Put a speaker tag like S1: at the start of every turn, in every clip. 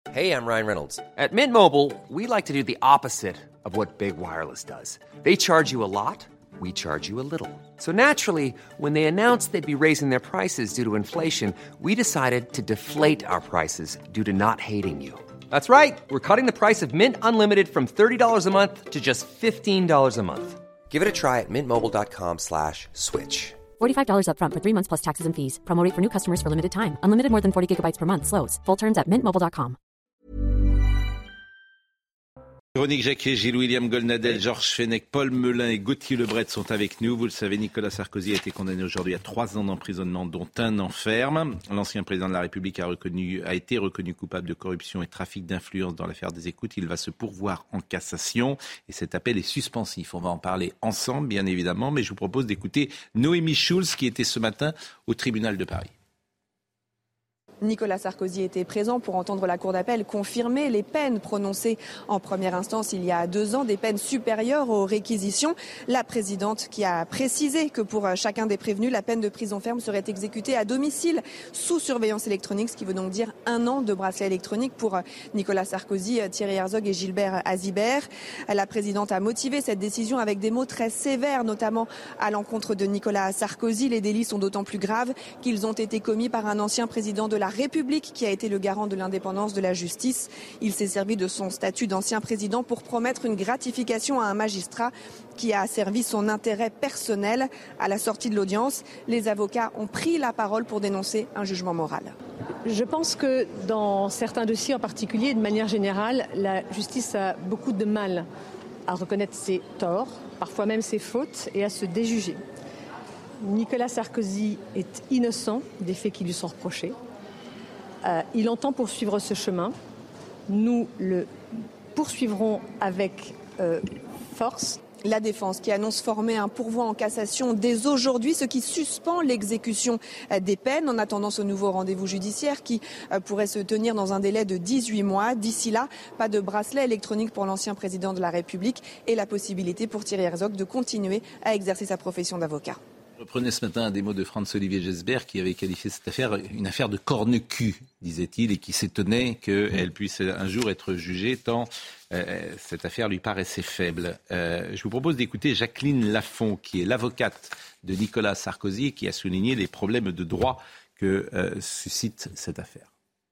S1: Hey, I'm Ryan Reynolds. At Mint Mobile, we like to do the opposite of what Big Wireless does. They charge you a lot, we charge you a little. So naturally, when they announced they'd be raising their prices due to inflation, we decided to deflate our prices due to not hating you. That's right. We're cutting the price of Mint Unlimited from $30 a month to just $15 a month. Give it a try at mintmobile.com/switch.
S2: $45 up front for 3 months plus taxes and fees. Promo rate for new customers for limited time. Unlimited more than 40 gigabytes per month. Slows full terms at mintmobile.com.
S3: Véronique Jacquier, Gilles-William Goldnadel, Georges Fenech, Paul Melun et Gauthier Lebret sont avec nous. Vous le savez, Nicolas Sarkozy a été condamné aujourd'hui à 3 ans d'emprisonnement, dont 1 an ferme. L'ancien président de la République a été reconnu coupable de corruption et trafic d'influence dans l'affaire des écoutes. Il va se pourvoir en cassation et cet appel est suspensif. On va en parler ensemble, bien évidemment, mais je vous propose d'écouter Noémie Schulz qui était ce matin au tribunal de Paris.
S4: Nicolas Sarkozy était présent pour entendre la Cour d'appel confirmer les peines prononcées en première instance il y a 2 ans, des peines supérieures aux réquisitions. La présidente qui a précisé que pour chacun des prévenus, la peine de prison ferme serait exécutée à domicile sous surveillance électronique, ce qui veut donc dire 1 an de bracelet électronique pour Nicolas Sarkozy, Thierry Herzog et Gilbert Azibert. La présidente a motivé cette décision avec des mots très sévères, notamment à l'encontre de Nicolas Sarkozy. Les délits sont d'autant plus graves qu'ils ont été commis par un ancien président de la République qui a été le garant de l'indépendance de la justice. Il s'est servi de son statut d'ancien président pour promettre une gratification à un magistrat qui a servi son intérêt personnel. À la sortie de l'audience, les avocats ont pris la parole pour dénoncer un jugement moral.
S5: Je pense que dans certains dossiers en particulier, de manière générale, la justice a beaucoup de mal à reconnaître ses torts, parfois même ses fautes, et à se déjuger. Nicolas Sarkozy est innocent des faits qui lui sont reprochés. Il entend poursuivre ce chemin. Nous le poursuivrons avec force.
S4: La défense qui annonce former un pourvoi en cassation dès aujourd'hui, ce qui suspend l'exécution des peines en attendant ce nouveau rendez-vous judiciaire qui pourrait se tenir dans un délai de 18 mois. D'ici là, pas de bracelet électronique pour l'ancien président de la République et la possibilité pour Thierry Herzog de continuer à exercer sa profession d'avocat.
S3: Je reprenais ce matin un des mots de Franz-Olivier Gesbert qui avait qualifié cette affaire une affaire de corne-cul, disait-il, et qui s'étonnait qu'elle puisse un jour être jugée tant cette affaire lui paraissait faible. Je vous propose d'écouter Jacqueline Lafont, qui est l'avocate de Nicolas Sarkozy et qui a souligné les problèmes de droit que suscite cette affaire.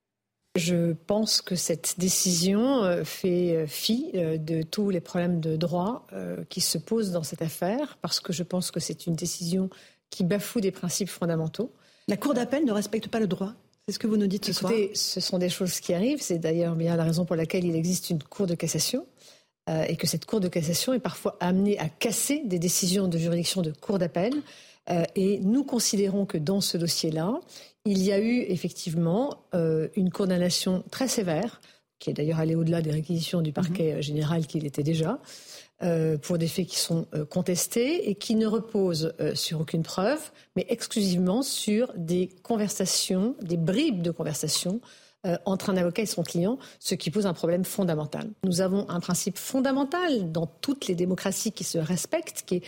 S5: Je pense que cette décision fait fi de tous les problèmes de droit qui se posent dans cette affaire, parce que je pense que c'est une décision qui bafoue des principes fondamentaux.
S6: La Cour d'appel ne respecte pas le droit. C'est ce que vous nous dites ce soir.
S5: Ce sont des choses qui arrivent. C'est d'ailleurs bien la raison pour laquelle il existe une Cour de cassation et que cette Cour de cassation est parfois amenée à casser des décisions de juridiction de Cour d'appel. Et nous considérons que dans ce dossier-là, il y a eu effectivement une condamnation très sévère, qui est d'ailleurs allée au-delà des réquisitions du parquet général qu'il était déjà, pour des faits qui sont contestés et qui ne reposent sur aucune preuve, mais exclusivement sur des conversations, des bribes de conversations entre un avocat et son client, ce qui pose un problème fondamental. Nous avons un principe fondamental dans toutes les démocraties qui se respectent, qui est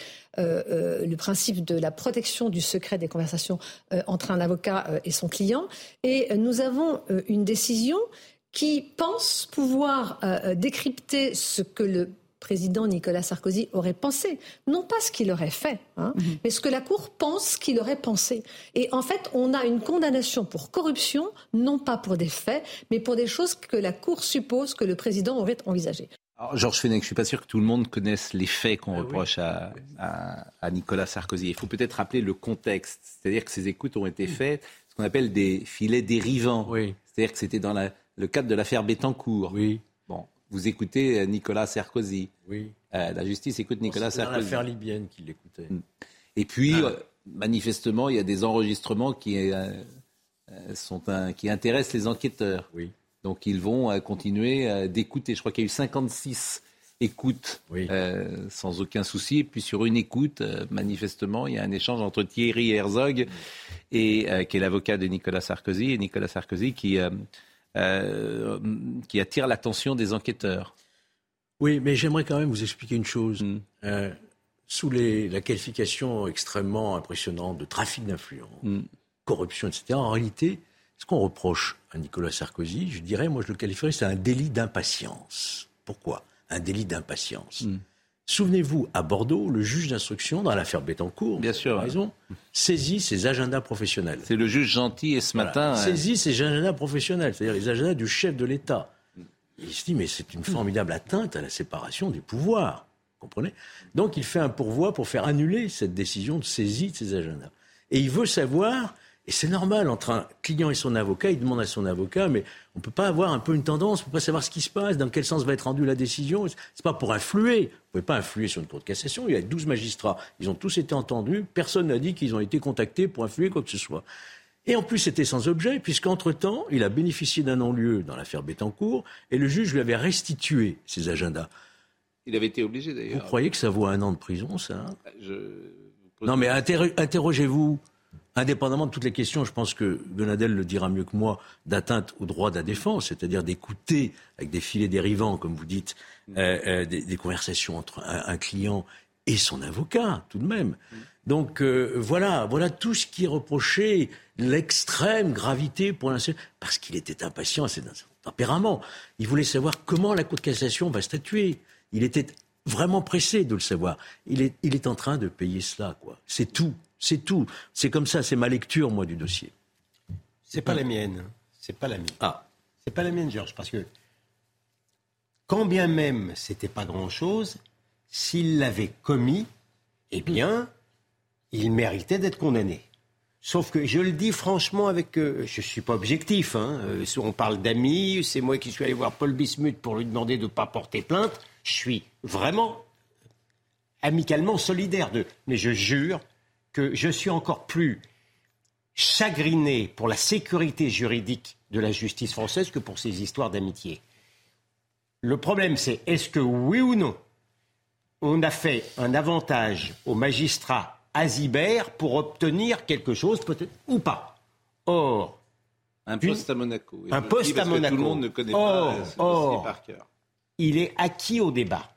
S5: le principe de la protection du secret des conversations entre un avocat et son client. Et nous avons une décision qui pense pouvoir décrypter ce que le président Nicolas Sarkozy aurait pensé. Non pas ce qu'il aurait fait, mais ce que la Cour pense qu'il aurait pensé. Et en fait, on a une condamnation pour corruption, non pas pour des faits, mais pour des choses que la Cour suppose que le président aurait envisagées.
S3: Alors, Georges Fenech, je ne suis pas sûr que tout le monde connaisse les faits qu'on reproche à Nicolas Sarkozy. Il faut peut-être rappeler le contexte. C'est-à-dire que ces écoutes ont été faites, ce qu'on appelle des filets dérivants. Oui. C'est-à-dire que c'était dans le cadre de l'affaire Bettencourt. Oui. Bon, vous écoutez Nicolas Sarkozy. Oui. La justice écoute Nicolas Sarkozy.
S7: C'est l'affaire libyenne qui l'écoutait.
S3: Et puis, manifestement, il y a des enregistrements qui intéressent les enquêteurs. Oui. Donc, ils vont continuer d'écouter. Je crois qu'il y a eu 56 écoutes sans aucun souci. Et puis, sur une écoute, manifestement, il y a un échange entre Thierry Herzog, qui est l'avocat de Nicolas Sarkozy, et Nicolas Sarkozy qui attire l'attention des enquêteurs.
S7: Oui, mais j'aimerais quand même vous expliquer une chose. Sous la qualification extrêmement impressionnante de trafic d'influence, corruption, etc., en réalité, Ce qu'on reproche à Nicolas Sarkozy, je dirais, moi je le qualifierais, c'est un délit d'impatience. Pourquoi ? Un délit d'impatience. Souvenez-vous, à Bordeaux, le juge d'instruction, dans l'affaire Bettencourt,
S3: bien sûr,
S7: raison, saisit ses agendas professionnels.
S3: C'est le juge gentil et ce matin...
S7: Saisit ses agendas professionnels, c'est-à-dire les agendas du chef de l'État. Il se dit, mais c'est une formidable atteinte à la séparation des pouvoirs. Vous comprenez ? Donc il fait un pourvoi pour faire annuler cette décision de saisie de ses agendas. Et il veut savoir... Et c'est normal, entre un client et son avocat, il demande à son avocat, mais on ne peut pas avoir un peu une tendance, on ne peut pas savoir ce qui se passe, dans quel sens va être rendue la décision. Ce n'est pas pour influer. Vous ne pouvez pas influer sur une cour de cassation. Il y a 12 magistrats. Ils ont tous été entendus. Personne n'a dit qu'ils ont été contactés pour influer quoi que ce soit. Et en plus, c'était sans objet, puisqu'entre-temps, il a bénéficié d'un non-lieu dans l'affaire Bettencourt, et le juge lui avait restitué ses agendas.
S3: Il avait été obligé, d'ailleurs.
S7: Vous croyez que ça vaut 1 an de prison, ça ? Non, mais interrogez-vous. Indépendamment de toutes les questions, je pense que Gonadel le dira mieux que moi, d'atteinte au droit de la défense, c'est-à-dire d'écouter avec des filets dérivants, comme vous dites, des conversations entre un client et son avocat, tout de même. Donc voilà tout ce qui est reproché, l'extrême gravité pour l'instant, parce qu'il était impatient, c'est un tempérament. Il voulait savoir comment la Cour de cassation va statuer. Il était vraiment pressé de le savoir. Il est en train de payer cela, quoi. C'est tout. C'est tout. C'est comme ça, c'est ma lecture, moi, du dossier.
S8: C'est pas la mienne. C'est pas la mienne. C'est pas la mienne, Georges, parce que quand bien même c'était pas grand-chose, s'il l'avait commis, eh bien, il méritait d'être condamné. Sauf que, je le dis franchement avec... je suis pas objectif, on parle d'amis, c'est moi qui suis allé voir Paul Bismuth pour lui demander de ne pas porter plainte. Je suis vraiment amicalement solidaire d'eux. Mais je jure que je suis encore plus chagriné pour la sécurité juridique de la justice française que pour ces histoires d'amitié. Le problème, c'est est-ce que, oui ou non, on a fait un avantage au magistrat Azibert pour obtenir quelque chose, peut-être, ou pas. Or...
S3: Un poste à Monaco.
S8: Un poste à Monaco.
S3: Tout le monde ne connaît pas ce dossier par cœur.
S8: Il est acquis au débat.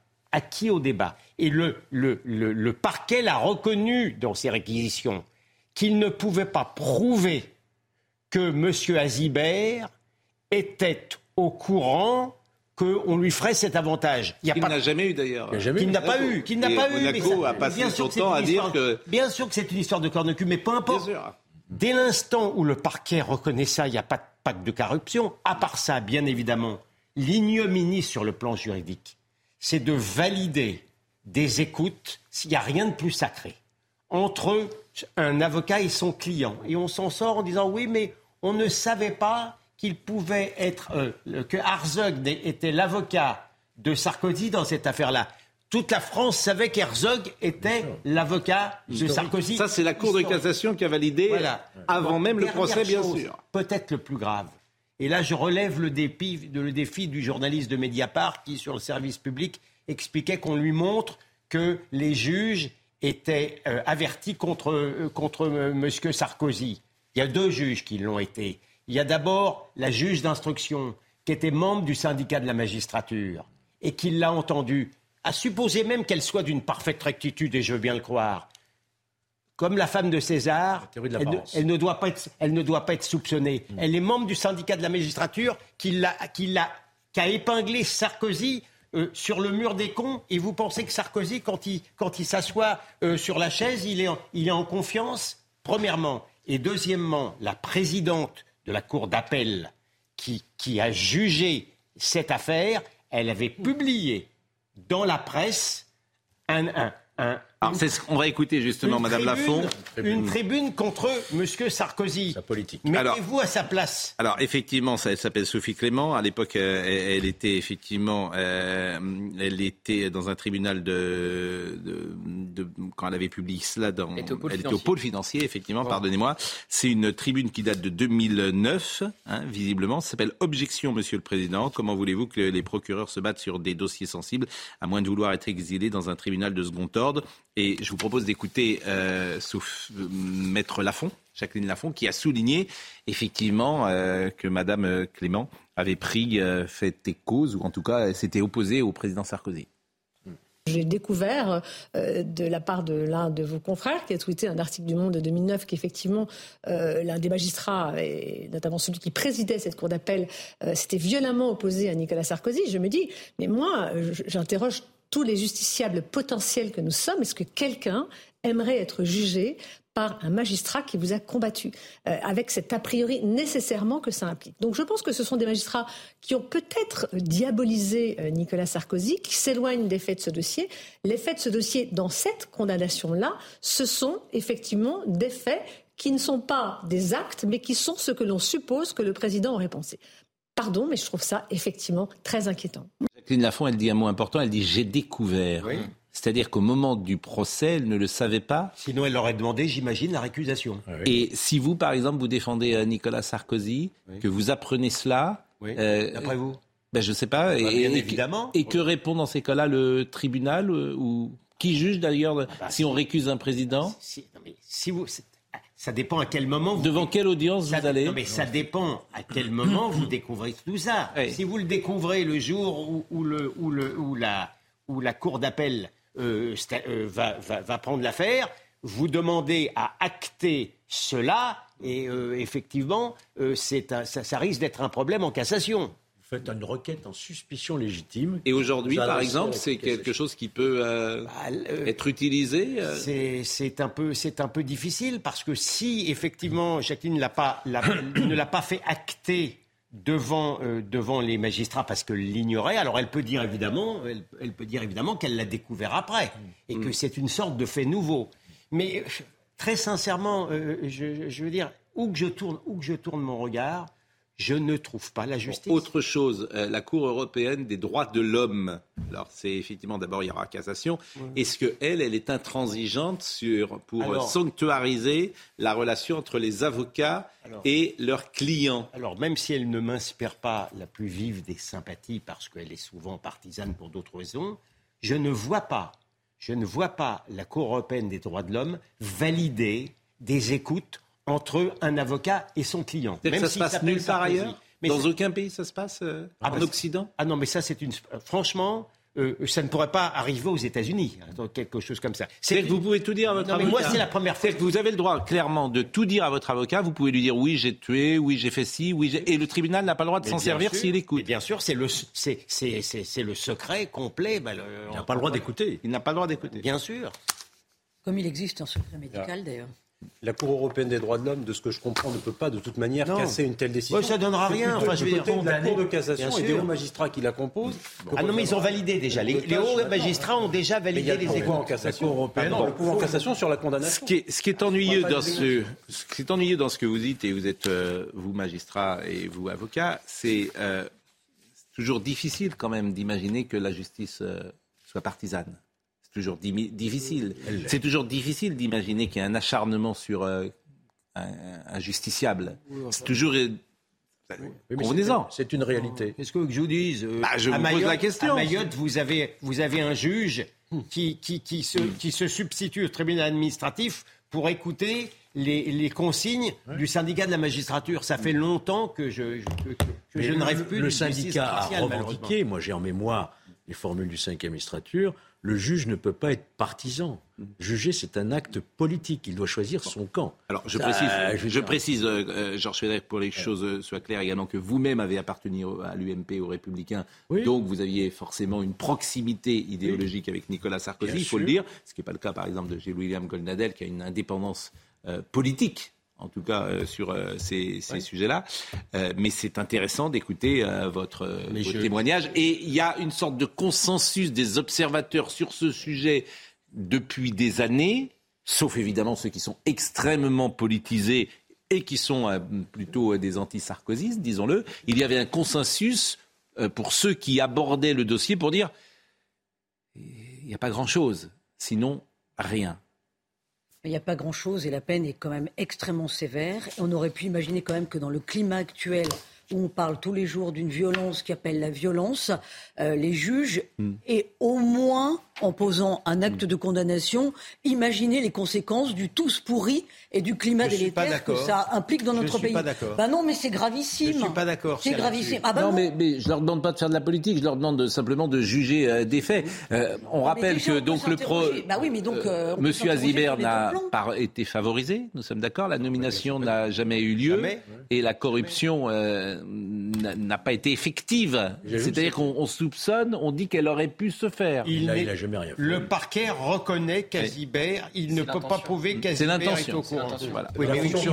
S8: Et le parquet l'a reconnu dans ses réquisitions qu'il ne pouvait pas prouver que M. Azibert était au courant qu'on lui ferait cet avantage.
S3: Qu'il n'a jamais eu d'ailleurs.
S8: Qu'il n'a pas eu.
S3: Monaco a passé son temps à dire que...
S8: Bien sûr que c'est une histoire de corne de cul, mais peu importe. Dès l'instant où le parquet reconnaît ça, il n'y a pas de corruption. À part ça, bien évidemment, l'ignominie sur le plan juridique, c'est de valider des écoutes, s'il n'y a rien de plus sacré, entre un avocat et son client. Et on s'en sort en disant, oui, mais on ne savait pas qu'il pouvait être... que Herzog était l'avocat de Sarkozy dans cette affaire-là. Toute la France savait qu'Herzog était l'avocat de Sarkozy.
S3: Ça, c'est la Cour de cassation qui a validé avant même le procès, bien sûr.
S8: Peut-être le plus grave. Et là, je relève le défi du journaliste de Mediapart qui, sur le service public, expliquait qu'on lui montre que les juges étaient avertis contre M. Sarkozy. Il y a 2 juges qui l'ont été. Il y a d'abord la juge d'instruction qui était membre du syndicat de la magistrature et qui l'a entendu, à supposer même qu'elle soit d'une parfaite rectitude, et je veux bien le croire. Comme la femme de César, elle ne doit pas être soupçonnée. Elle est membre du syndicat de la magistrature qui a épinglé Sarkozy sur le mur des cons. Et vous pensez que Sarkozy, quand il s'assoit sur la chaise, il est en confiance, premièrement. Et deuxièmement, la présidente de la cour d'appel qui a jugé cette affaire, elle avait publié dans la presse
S3: on va écouter justement Madame Lafont.
S8: Une tribune contre M. Sarkozy.
S7: Sa politique.
S8: Mettez-vous à sa place.
S3: Alors effectivement, elle s'appelle Sophie Clément. À l'époque, elle était effectivement, elle était dans un tribunal quand elle avait publié cela elle était au pôle financier, effectivement. Pardonnez-moi. C'est une tribune qui date de 2009, visiblement. Ça s'appelle Objection, Monsieur le Président. Comment voulez-vous que les procureurs se battent sur des dossiers sensibles, à moins de vouloir être exilés dans un tribunal de second ordre? Et je vous propose d'écouter Maître Lafont, Jacqueline Lafont, qui a souligné effectivement que Madame Clément avait fait et cause, ou en tout cas s'était opposée au président Sarkozy.
S5: j'ai découvert de la part de l'un de vos confrères qui a tweeté un article du Monde de 2009 qu'effectivement l'un des magistrats, et notamment celui qui présidait cette cour d'appel, s'était violemment opposé à Nicolas Sarkozy. Je me dis, mais moi, j'interroge tous les justiciables potentiels que nous sommes. Est-ce que quelqu'un aimerait être jugé par un magistrat qui vous a combattu, avec cet a priori nécessairement que ça implique. Donc je pense que ce sont des magistrats qui ont peut-être diabolisé Nicolas Sarkozy, qui s'éloignent des faits de ce dossier. Les faits de ce dossier, dans cette condamnation-là, ce sont effectivement des faits qui ne sont pas des actes, mais qui sont ce que l'on suppose que le président aurait pensé. Pardon, mais je trouve ça effectivement très inquiétant.
S3: Jacqueline Lafont, elle dit un mot important, elle dit « j'ai découvert ». Oui. C'est-à-dire qu'au moment du procès, elle ne le savait pas.
S8: Sinon, elle aurait demandé, j'imagine, la récusation.
S3: Ah oui. Et si vous, par exemple, vous défendez Nicolas Sarkozy, que vous apprenez cela...
S8: D'après vous
S3: je ne sais pas.
S8: Bien évidemment.
S3: Et que répond dans ces cas-là le tribunal ou qui juge d'ailleurs si on récuse un président
S8: ça dépend à quel moment vous...
S3: Devant quelle audience vous allez?
S8: Non, mais ça dépend à quel moment vous découvrez tout ça. Oui. Si vous le découvrez le jour où la cour d'appel va prendre l'affaire, vous demandez à acter cela et effectivement, ça risque d'être un problème en cassation.
S7: Vous faites une requête en suspicion légitime.
S3: Et aujourd'hui, par exemple, c'est quelque chose qui peut être utilisé
S8: c'est un peu difficile parce que si effectivement Jacqueline ne l'a pas fait acter devant les magistrats parce qu'elle l'ignorait, alors elle peut dire évidemment qu'elle l'a découvert après et que c'est une sorte de fait nouveau. Mais très sincèrement, je veux dire, où que je tourne mon regard, je ne trouve pas la justice.
S3: Autre chose, la Cour européenne des droits de l'homme. Alors, c'est effectivement, d'abord, il y aura cassation. Est-ce qu'elle est intransigeante pour sanctuariser la relation entre les avocats et leurs clients?
S8: Alors, même si elle ne m'inspire pas la plus vive des sympathies, parce qu'elle est souvent partisane pour d'autres raisons, je ne vois pas la Cour européenne des droits de l'homme valider des écoutes entre un avocat et son client.
S3: Même ça se passe nulle part ailleurs. Dans aucun pays ça se passe en Occident.
S8: Ah non, mais ça franchement, ça ne pourrait pas arriver aux États-Unis, quelque chose comme ça.
S3: C'est que vous pouvez tout dire à votre avocat.
S8: Mais moi, c'est la première fois.
S3: C'est que vous avez le droit clairement de tout dire à votre avocat. Vous pouvez lui dire oui, j'ai tué, oui, j'ai fait ci, et le tribunal n'a pas le droit de s'en servir s'il écoute.
S8: Et bien sûr, c'est le secret complet.
S7: Il n'a pas le droit d'écouter.
S3: Il n'a pas le droit d'écouter.
S8: Bien sûr.
S6: Comme il existe un secret médical d'ailleurs.
S9: La Cour européenne des droits de l'homme, de ce que je comprends, ne peut pas de toute manière casser une telle décision.
S8: Ça ne donnera rien.
S9: Enfin, je veux dire, la Cour de cassation et des hauts magistrats qui la composent.
S8: Non, mais ils ont validé déjà. Les hauts magistrats ont déjà validé les écoutes.
S9: En cassation européenne, le pouvoir en cassation sur la condamnation.
S3: Ce qui est ennuyeux dans ce que vous dites, et vous êtes vous magistrat et vous avocat, c'est toujours difficile quand même d'imaginer que la justice soit partisane. Toujours difficile. C'est toujours difficile d'imaginer qu'il y a un acharnement sur un justiciable. C'est toujours... Convenez-en.
S9: C'est une réalité.
S8: Qu'est-ce que je vous dise
S3: je vous pose la question.
S8: À Mayotte, vous avez un juge qui se substitue au tribunal administratif pour écouter les consignes du syndicat de la magistrature. Ça fait longtemps que je ne rêve plus.
S7: Le syndicat a revendiqué, moi j'ai en mémoire les formules du 5e magistrature, le juge ne peut pas être partisan. Juger, c'est un acte politique. Il doit choisir son camp.
S3: Alors, je précise, Georges Fenech, pour que les choses soient claires également, que vous-même avez appartenu à l'UMP, aux Républicains. Oui. Donc, vous aviez forcément une proximité idéologique avec Nicolas Sarkozy, il faut le dire. Ce qui n'est pas le cas, par exemple, de William Goldnadel, qui a une indépendance politique. En tout cas, sur ces sujets-là. Mais c'est intéressant d'écouter votre témoignage. Et il y a une sorte de consensus des observateurs sur ce sujet depuis des années, sauf évidemment ceux qui sont extrêmement politisés et qui sont plutôt des anti-sarkozystes, disons-le. Il y avait un consensus pour ceux qui abordaient le dossier pour dire il n'y a pas grand-chose, sinon rien.
S6: Il n'y a pas grand-chose et la peine est quand même extrêmement sévère. On aurait pu imaginer quand même que dans le climat actuel,
S10: où on parle tous les jours d'une violence qui appelle la violence, les juges, et au moins, en posant un acte de condamnation, imaginer les conséquences du tous pourri et du climat délétère que ça implique dans notre pays.
S8: Je suis pas d'accord.
S10: Ben non, mais c'est gravissime.
S8: Je suis pas d'accord.
S10: C'est gravissime. Ah ben
S3: non, mais je leur demande pas de faire de la politique, je leur demande simplement de juger des faits. On rappelle que donc Monsieur Azibert n'a pas été favorisé, nous sommes d'accord, la nomination n'a jamais eu lieu et la corruption n'a pas été effective. C'est-à-dire qu'on soupçonne, on dit qu'elle aurait pu se faire.
S7: Il n'a jamais rien fait.
S8: Le parquet reconnaît qu'Azibert, il ne peut pas prouver qu'Azibert est au courant.
S3: Voilà.
S7: Oui,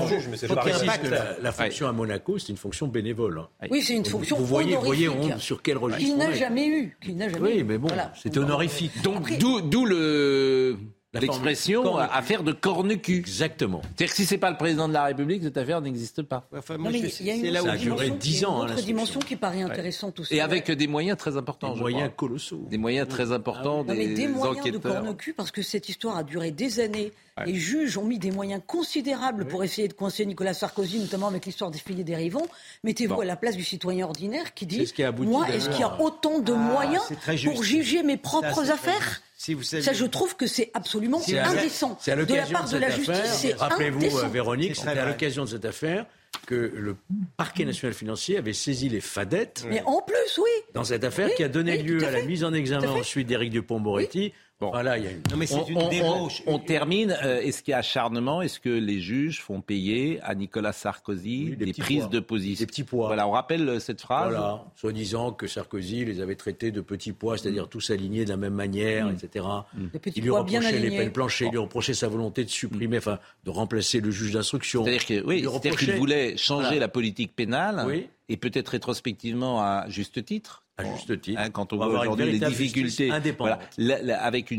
S7: la fonction à Monaco, c'est une fonction bénévole.
S10: Oui, c'est une fonction honorifique.
S7: Vous voyez sur quel registre
S10: qu'il n'a jamais eu.
S7: Oui, mais bon, c'était honorifique.
S3: Donc, d'où l'expression affaire de corne-cul.
S7: Exactement.
S3: C'est-à-dire que si c'est pas le président de la République, cette affaire n'existe pas.
S10: Enfin, il y a une autre dimension qui paraît intéressante aussi.
S3: Et avec des moyens très importants.
S7: Des moyens colossaux.
S3: Des moyens très importants,
S10: des moyens
S3: enquêteurs.
S10: de corne-cul, parce que cette histoire a duré des années. Les juges ont mis des moyens considérables pour essayer de coincer Nicolas Sarkozy, notamment avec l'histoire des filets dérivants. Mettez-vous à la place du citoyen ordinaire qui dit moi, est-ce qu'il y a autant de moyens pour juger mes propres affaires ? Ça, je trouve que c'est absolument indécent.
S7: C'est à
S10: de la
S7: l'occasion
S10: part de la justice,
S7: rappelez-vous, Véronique, c'était à l'occasion de cette affaire que le parquet national financier avait saisi les fadettes.
S10: Mais en plus, oui.
S7: Dans cette affaire qui a donné lieu à la mise en examen ensuite d'Éric Dupond-Moretti. Bon, voilà, il y a une...
S8: Non, mais c'est une débauche.
S3: On termine. Est-ce qu'il y a acharnement ? Est-ce que les juges font payer à Nicolas Sarkozy des prises de position ?
S7: Des petits pois.
S3: Voilà, on rappelle cette phrase.
S7: Voilà, soi-disant que Sarkozy les avait traités de petits pois, c'est-à-dire tous alignés de la même manière, etc. Il lui reprochait les peines planchées, il lui reprochait sa volonté de supprimer, de remplacer le juge d'instruction.
S3: C'est-à-dire qu'il voulait changer la politique pénale et peut-être rétrospectivement à juste titre.
S7: À juste titre.
S3: Quand on voit aujourd'hui les difficultés avec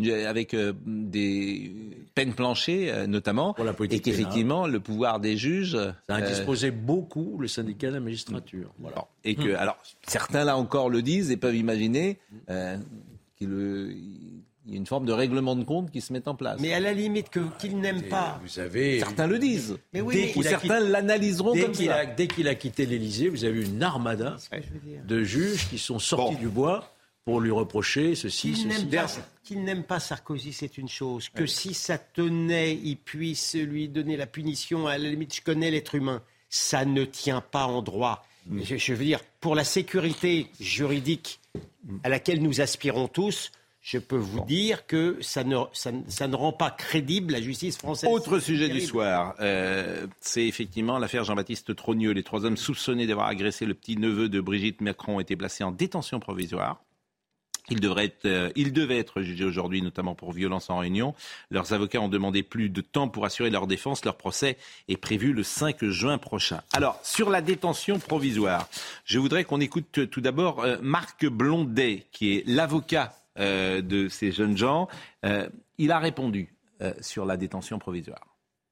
S3: des peines planchées notamment,
S7: pour la politique
S3: et qu'effectivement le pouvoir des juges...
S7: Ça a indisposé beaucoup le syndicat de la magistrature.
S3: Voilà. Et que, alors, certains là encore le disent et peuvent imaginer qu'il y a une forme de règlement de compte qui se met en place.
S8: Mais à la limite qu'il n'aime pas.
S7: Vous savez,
S3: certains le disent.
S8: Mais oui,
S3: ou certains l'analyseront comme ça.
S7: Dès qu'il a quitté l'Élysée, vous avez une armada de juges qui sont sortis du bois pour lui reprocher ceci.
S8: Qu'il n'aime pas Sarkozy, c'est une chose. Que si ça tenait, il puisse lui donner la punition. À la limite, je connais l'être humain. Ça ne tient pas en droit. Je veux dire, pour la sécurité juridique à laquelle nous aspirons tous, je peux vous dire que ça ne rend pas crédible la justice française.
S3: Autre sujet du soir, c'est effectivement l'affaire Jean-Baptiste Trogneux. Les 3 hommes soupçonnés d'avoir agressé le petit-neveu de Brigitte Macron ont été placés en détention provisoire. Ils devaient être jugés aujourd'hui, notamment pour violence en réunion. Leurs avocats ont demandé plus de temps pour assurer leur défense. Leur procès est prévu le 5 juin prochain. Alors, sur la détention provisoire, je voudrais qu'on écoute tout d'abord Marc Blondet, qui est l'avocat de ces jeunes gens. Il a répondu sur la détention provisoire.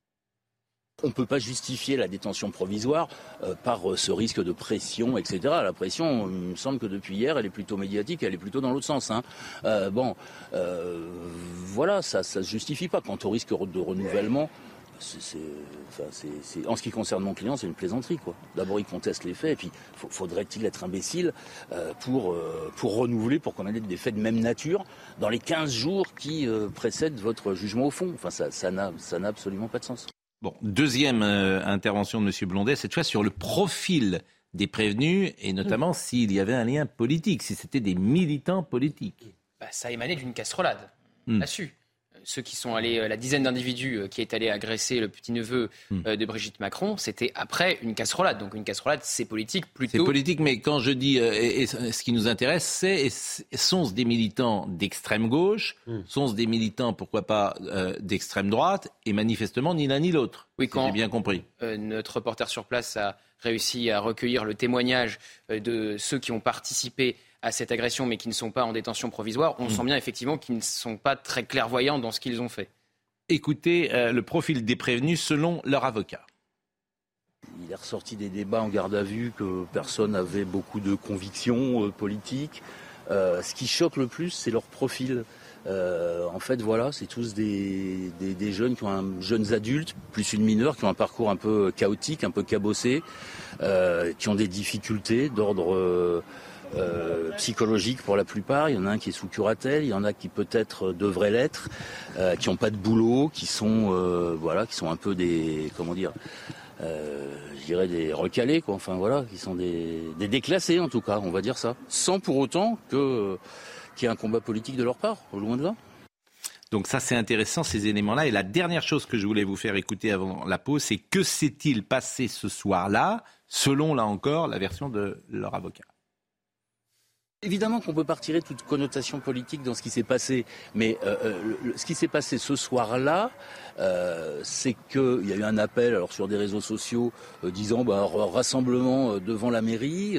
S11: On ne peut pas justifier la détention provisoire par ce risque de pression, etc. La pression, il me semble que depuis hier, elle est plutôt médiatique, elle est plutôt dans l'autre sens. Voilà, ça ne se justifie pas. Quant au risque de renouvellement, en ce qui concerne mon client, c'est une plaisanterie, quoi. D'abord, il conteste les faits, et puis faudrait-il être imbécile pour renouveler, pour qu'on ait des faits de même nature dans les 15 jours qui précèdent votre jugement au fond. Enfin, ça n'a absolument pas de sens.
S3: Bon, deuxième intervention de M. Blondet, cette fois sur le profil des prévenus, et notamment s'il y avait un lien politique, si c'était des militants politiques.
S12: Ça émanait d'une casserolade, là-dessus. Ceux qui sont allés, la dizaine d'individus qui est allé agresser le petit-neveu de Brigitte Macron, c'était après une casserolade. Donc une casserolade, c'est politique plutôt.
S3: C'est politique, mais quand je dis, ce qui nous intéresse, sont-ce des militants d'extrême gauche, sont-ce des militants, pourquoi pas, d'extrême droite, et manifestement ni l'un ni l'autre.
S12: Oui, quand
S3: j'ai bien compris.
S12: Notre reporter sur place a réussi à recueillir le témoignage de ceux qui ont participé à cette agression, mais qui ne sont pas en détention provisoire, on sent bien effectivement qu'ils ne sont pas très clairvoyants dans ce qu'ils ont fait.
S3: Écoutez le profil des prévenus selon leur avocat.
S11: Il est ressorti des débats en garde à vue que personne n'avait beaucoup de convictions politiques. Ce qui choque le plus, c'est leur profil. En fait, voilà, c'est tous des jeunes jeunes adultes, plus une mineure, qui ont un parcours un peu chaotique, un peu cabossé, qui ont des difficultés d'ordre psychologique pour la plupart. Il y en a un qui est sous curatelle, il y en a qui peut-être devraient l'être, qui n'ont pas de boulot, qui sont un peu des, je dirais des recalés, quoi. Enfin voilà, qui sont des déclassés en tout cas, on va dire ça, sans pour autant qu'il y ait un combat politique de leur part, au loin de là.
S3: Donc ça, c'est intéressant, ces éléments-là. Et la dernière chose que je voulais vous faire écouter avant la pause, c'est que s'est-il passé ce soir-là, selon, là encore, la version de leur avocat.
S11: Évidemment qu'on peut pas retirer toute connotation politique dans ce qui s'est passé, mais ce qui s'est passé ce soir-là, c'est qu'il y a eu un appel alors sur des réseaux sociaux disant rassemblement devant la mairie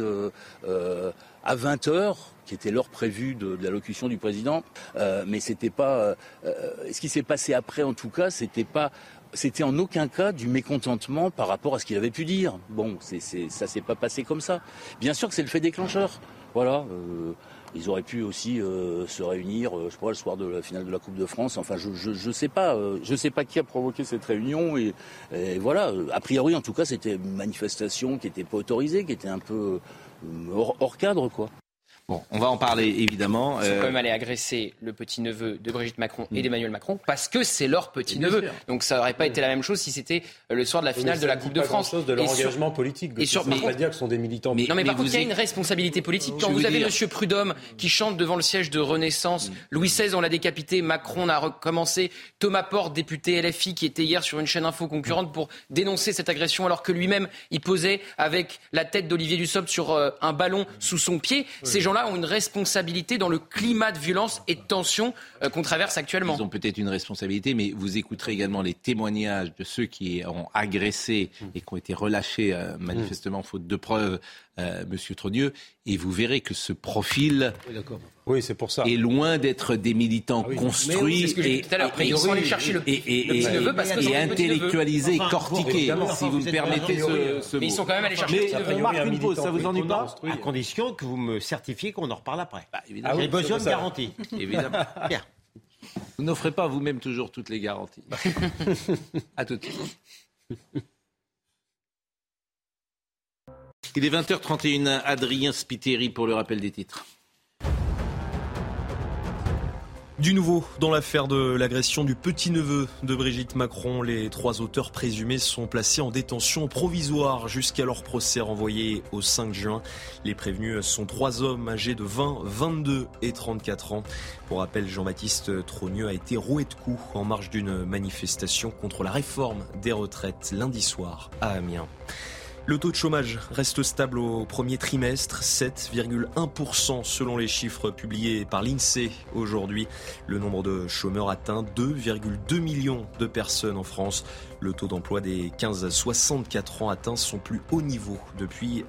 S11: à 20h, qui était l'heure prévue de l'allocution du président, mais c'était pas ce qui s'est passé après en tout cas, c'était en aucun cas du mécontentement par rapport à ce qu'il avait pu dire. Bon, ça s'est pas passé comme ça. Bien sûr que c'est le fait déclencheur. Voilà, ils auraient pu aussi se réunir, je crois, le soir de la finale de la Coupe de France. Enfin, je sais pas qui a provoqué cette réunion et voilà. A priori, en tout cas, c'était une manifestation qui n'était pas autorisée, qui était un peu hors cadre, quoi.
S3: Bon, on va en parler évidemment.
S12: Ils sont quand même allés agresser le petit-neveu de Brigitte Macron et d'Emmanuel Macron parce que c'est leur petit-neveu. Donc ça n'aurait pas été la même chose si c'était le soir de la finale de la Coupe de France.
S9: Ça ne dit pas grand-chose de leur engagement politique.
S12: Et sur,
S9: mais, pas dire que ce sont des militants.
S12: Mais par contre, il y a une responsabilité politique. Quand vous avez Monsieur Prudhomme qui chante devant le siège de Renaissance, Louis XVI, on l'a décapité, Macron a recommencé, Thomas Porte, député LFI, qui était hier sur une chaîne info concurrente pour dénoncer cette agression alors que lui-même, il posait avec la tête d'Olivier Dussopt sur un ballon sous son pied. Ces gens-là ont une responsabilité dans le climat de violence et de tension qu'on traverse actuellement.
S3: Ils ont peut-être une responsabilité, mais vous écouterez également les témoignages de ceux qui ont agressé et qui ont été relâchés manifestement faute de preuves, Monsieur Trogneux, et vous verrez que ce profil
S9: c'est pour ça.
S3: est loin d'être des militants construits et intellectualisés, cortiqués, si vous me permettez ce mot.
S12: Mais ils sont quand même allés chercher.
S3: Mais on marque une pause, ça vous ennuie pas ?
S8: À condition que vous me certifiez qu'on en reparle après.
S3: J'ai
S8: besoin de garanties.
S3: Évidemment. Bien. Vous n'offrez pas vous-même toujours toutes les garanties. À tout de suite. Il est 20h31, Adrien Spiteri pour le rappel des titres.
S13: Du nouveau dans l'affaire de l'agression du petit-neveu de Brigitte Macron, les 3 auteurs présumés sont placés en détention provisoire jusqu'à leur procès renvoyé au 5 juin. Les prévenus sont 3 hommes âgés de 20, 22 et 34 ans. Pour rappel, Jean-Baptiste Trogneux a été roué de coups en marge d'une manifestation contre la réforme des retraites lundi soir à Amiens. Le taux de chômage reste stable au premier trimestre, 7,1% selon les chiffres publiés par l'INSEE aujourd'hui. Le nombre de chômeurs atteint 2,2 millions de personnes en France. Le taux d'emploi des 15 à 64 ans atteint son plus haut niveau depuis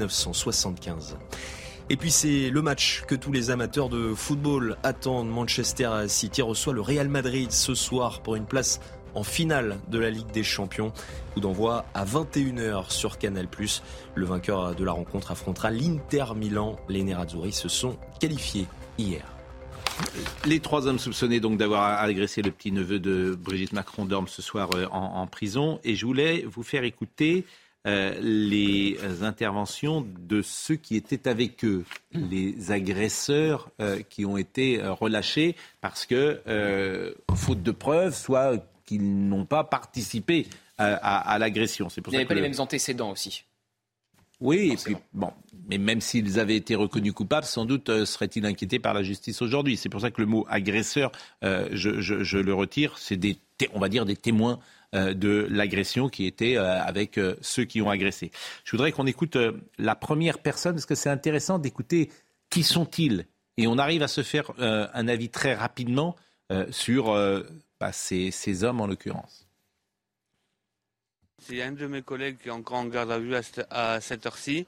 S13: 1975. Et puis c'est le match que tous les amateurs de football attendent. Manchester City reçoit le Real Madrid ce soir pour une place en finale de la Ligue des Champions. Coup d'envoi à 21h sur Canal+. Le vainqueur de la rencontre affrontera l'Inter Milan. Les Nerazzurri se sont qualifiés hier.
S3: Les 3 hommes soupçonnés donc d'avoir agressé le petit-neveu de Brigitte Macron dorment ce soir en prison. Et je voulais vous faire écouter les interventions de ceux qui étaient avec eux, les agresseurs qui ont été relâchés parce que, faute de preuves, soit qu'ils n'ont pas participé à l'agression. C'est pour
S12: Ils n'avaient pas les mêmes antécédents aussi.
S3: Oui, et puis bon, mais même s'ils avaient été reconnus coupables, sans doute seraient-ils inquiétés par la justice aujourd'hui. C'est pour ça que le mot agresseur, je le retire. C'est on va dire des témoins de l'agression qui étaient avec ceux qui ont agressé. Je voudrais qu'on écoute la première personne, parce que c'est intéressant d'écouter qui sont-ils. Et on arrive à se faire un avis très rapidement sur ces hommes en l'occurrence.
S14: Il y a un de mes collègues qui est encore en garde à vue à cette heure-ci,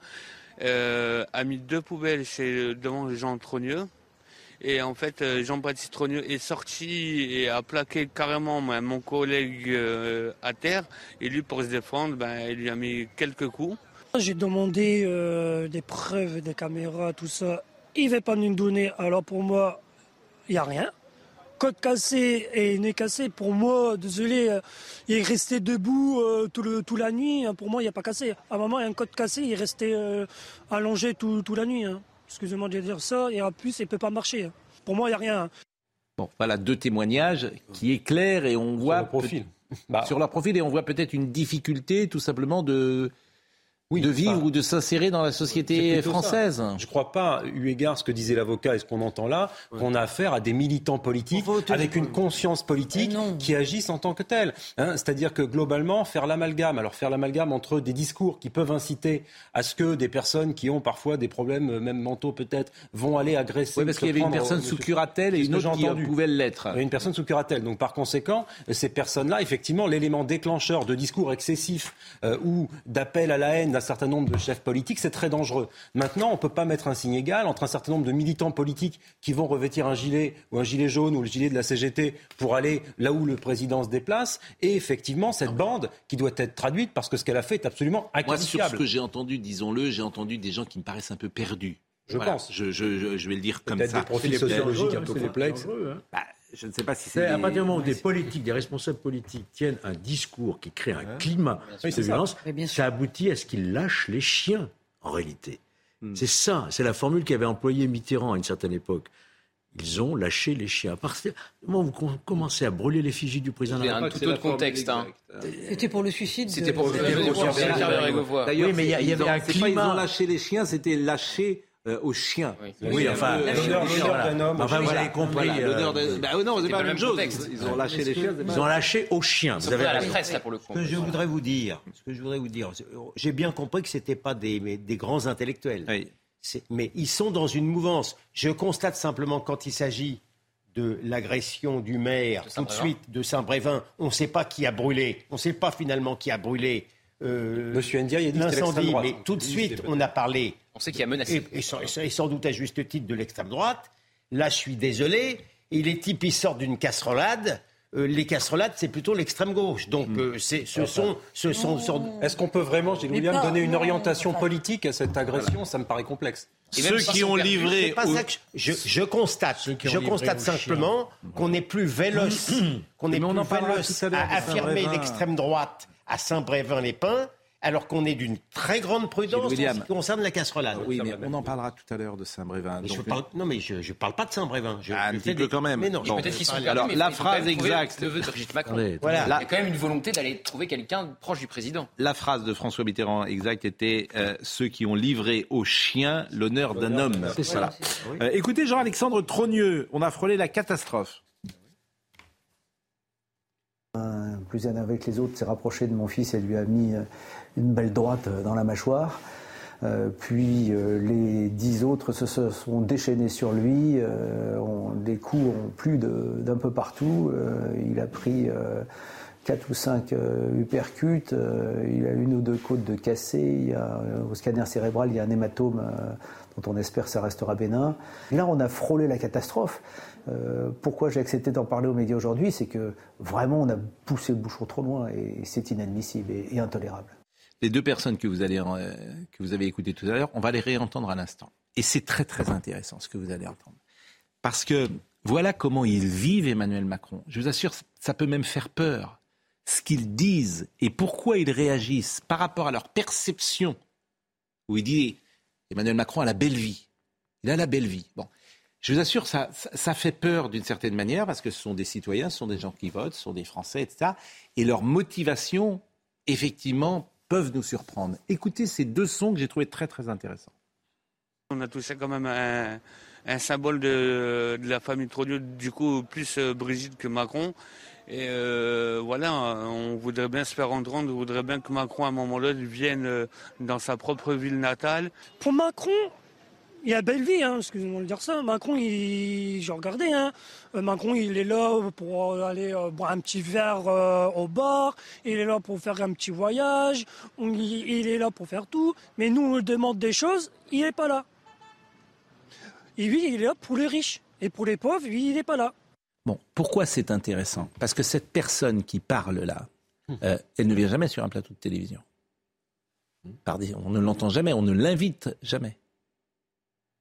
S14: a mis 2 poubelles devant Jean Trogneux. Et en fait, Jean-Baptiste Trogneux est sorti et a plaqué carrément mon collègue à terre. Et lui, pour se défendre, il lui a mis quelques coups.
S15: J'ai demandé des preuves, des caméras, tout ça. Il ne veut pas nous donner. Alors pour moi, il n'y a rien. côte cassée et nez cassé, pour moi, désolé, il est resté debout toute la nuit. Pour moi, il n'y a pas cassé. À un moment, il y a un côte cassé, il est resté allongé toute la nuit. Excusez-moi de dire ça, et en plus, il ne peut pas marcher. Pour moi, il n'y a rien.
S3: Bon, voilà 2 témoignages qui éclairent et on voit... Sur leur profil, et on voit peut-être une difficulté tout simplement de vivre ou de s'insérer dans la société française.
S9: Ça. Je ne crois pas, eu égard à ce que disait l'avocat et ce qu'on entend là, qu'on a affaire à des militants politiques avec une conscience politique qui agissent en tant que tels. C'est-à-dire que globalement, faire l'amalgame entre des discours qui peuvent inciter à ce que des personnes qui ont parfois des problèmes, même mentaux peut-être, vont aller agresser...
S3: Oui, parce qu'il y avait une personne sous curatelle et une autre qui pouvait l'être.
S9: Il y a une personne sous curatelle. Donc par conséquent, ces personnes-là, effectivement, l'élément déclencheur de discours excessifs ou d'appel à la haine d'un certain nombre de chefs politiques, c'est très dangereux. Maintenant, on ne peut pas mettre un signe égal entre un certain nombre de militants politiques qui vont revêtir un gilet jaune ou le gilet de la CGT pour aller là où le président se déplace, et effectivement cette bande qui doit être traduite parce que ce qu'elle a fait est absolument inqualifiable.
S3: Moi, sur ce que j'ai entendu, disons-le, j'ai entendu des gens qui me paraissent un peu perdus. Je pense. Je vais le dire comme ça.
S9: Peut-être des profils sociologiques un peu complexes.
S3: Je ne sais pas si c'est...
S7: À partir du moment où des politiques, des responsables politiques tiennent un discours qui crée un climat de violence, ça aboutit à ce qu'ils lâchent les chiens, en réalité. C'est ça, c'est la formule qu'avait employée Mitterrand à une certaine époque. Ils ont lâché les chiens. À partir du moment où vous commencez à brûler l'effigie du président...
S12: C'était un tout autre contexte.
S10: C'était pour le suicide.
S12: C'était pour le suicide.
S7: Oui, mais il y avait un climat...
S3: Ils ont lâché les chiens, c'était lâché... aux chiens.
S7: Oui, enfin, l'honneur d'un homme. Enfin, vous avez compris.
S3: Non, c'est pas la même chose. Ils ont lâché les chiens.
S7: Ils ont lâché aux chiens.
S12: Vous avez la presse là pour le coup.
S8: Ce que je voudrais vous dire, j'ai bien compris que c'était pas des grands intellectuels. Oui. Mais ils sont dans une mouvance. Je constate simplement quand il s'agit de l'agression du maire, tout de suite, de Saint-Brévin, on ne sait pas qui a brûlé. On ne sait pas finalement qui a brûlé.
S9: Monsieur Ndiaye a dit
S8: l'incendie, mais tout de suite, on a parlé.
S12: On sait qu'il y a menacé.
S8: Et sans doute à juste titre de l'extrême droite. Là, je suis désolé. Et les types, ils sortent d'une casserolade. Les casserolades, c'est plutôt l'extrême gauche. Donc, ce sont.
S9: Est-ce qu'on peut vraiment, Gilles William, donner une orientation politique à cette agression ? Ça me paraît complexe.
S3: Ceux qui ont livré.
S8: Je constate simplement qu'on n'est plus véloce, à affirmer l'extrême droite à Saint-Brévin-les-Pins, alors qu'on est d'une très grande prudence en ce qui concerne la casserolade.
S3: Oui, mais on en parlera tout à l'heure de Saint-Brévin.
S8: Je ne parle pas de Saint-Brévin.
S3: Un petit peu quand même.
S8: Mais non,
S12: peut-être qu'ils sont perdus,
S3: alors,
S12: mais
S3: la phrase exacte.
S12: Neveu de Brigitte Macron.
S8: Voilà.
S12: Il y a quand même une volonté d'aller trouver quelqu'un proche du président.
S3: La phrase de François Mitterrand exacte était ceux qui ont livré aux chiens l'honneur d'un homme.
S7: C'est ça.
S3: Voilà. Écoutez, Jean-Alexandre Trogneux, on a frôlé la catastrophe.
S16: Plus un avec les autres s'est rapproché de mon fils et lui a mis une belle droite dans la mâchoire. Puis les 10 autres se sont déchaînés sur lui. Les coups ont plu d'un peu partout. Il a pris 4 ou 5 uppercuts. Il a 1 ou 2 côtes de cassées. Au scanner cérébral, il y a un hématome dont on espère que ça restera bénin. Là, on a frôlé la catastrophe. Pourquoi j'ai accepté d'en parler aux médias aujourd'hui, c'est que vraiment on a poussé le bouchon trop loin et c'est inadmissible et intolérable.
S3: Les 2 personnes que vous avez écoutées tout à l'heure, on va les réentendre à l'instant. Et c'est très très intéressant ce que vous allez entendre. Parce que voilà comment ils vivent Emmanuel Macron. Je vous assure, ça peut même faire peur. Ce qu'ils disent et pourquoi ils réagissent par rapport à leur perception. Où il dit Emmanuel Macron a la belle vie. Il a la belle vie. Bon. Je vous assure, ça fait peur d'une certaine manière parce que ce sont des citoyens, ce sont des gens qui votent, ce sont des Français, etc. Et leurs motivations, effectivement, peuvent nous surprendre. Écoutez ces 2 sons que j'ai trouvés très, très intéressants.
S14: On a touché quand même un symbole de la famille Trogneux, du coup, plus Brigitte que Macron. Et voilà, on voudrait bien se faire entendre, on voudrait bien que Macron, à un moment donné, vienne dans sa propre ville natale.
S15: Pour Macron, il a belle vie, excusez-moi de dire ça. Macron, j'ai regardé, Macron, il est là pour aller boire un petit verre au bar, il est là pour faire un petit voyage, il est là pour faire tout. Mais nous, on lui demande des choses, il n'est pas là. Et lui, il est là pour les riches. Et pour les pauvres, lui, il n'est pas là.
S3: Bon, pourquoi c'est intéressant ? Parce que cette personne qui parle là, elle ne vient jamais sur un plateau de télévision. On ne l'entend jamais, on ne l'invite jamais.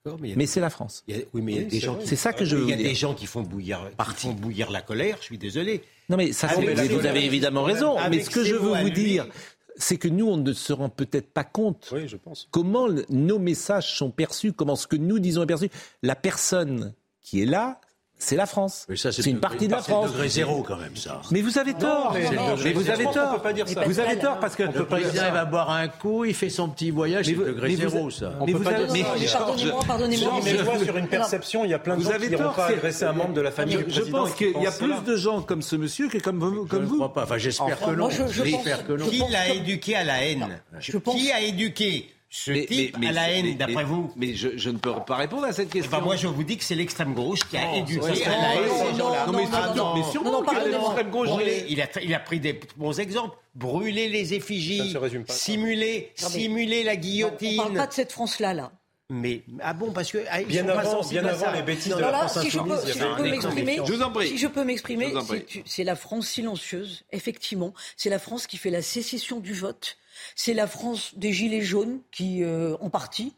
S3: Mais c'est la France.
S8: Oui, mais il y a des gens.
S3: C'est ça que je veux dire.
S8: Il y a des gens qui font bouillir la colère. Je suis désolé.
S3: Non, mais ça, vous avez évidemment raison. Mais ce que je veux vous dire, c'est que nous, on ne se rend peut-être pas compte comment nos messages sont perçus, comment ce que nous disons est perçu. La personne qui est là, c'est la France.
S7: Mais ça,
S3: c'est une partie de la France.
S7: C'est degré zéro quand même, ça.
S3: Mais vous avez tort. Mais vous avez tort.
S7: On peut pas dire ça.
S3: Vous avez tort parce que
S7: le président il va boire un coup, il fait son petit voyage, c'est degré zéro, ça.
S10: On peut pas dire ça. Pardonnez-moi.
S9: Mais je vois sur une perception, il y a plein de gens qui n'iront pas agresser un membre de la famille du président.
S3: Je pense qu'il y a plus de gens comme ce monsieur que comme vous.
S7: Je ne crois pas. Enfin, j'espère que non.
S8: Qui l'a éduqué à la haine ? Qui a éduqué ce type à la haine, d'après vous?
S3: Mais je ne peux pas répondre à cette question.
S8: Moi, je vous dis que c'est l'extrême gauche qui a éduqué à la haine ces gens-là.
S3: Non, mais sûrement que l'extrême gauche...
S8: Il a pris des bons exemples. Brûler les effigies, simuler la guillotine.
S10: On ne parle pas de cette France-là, là.
S8: Mais parce que
S9: bien avant les bêtises de la France insoumise,
S10: si je peux m'exprimer, c'est la France silencieuse, effectivement. C'est la France qui fait la sécession du vote. C'est la France des gilets jaunes qui, en partie,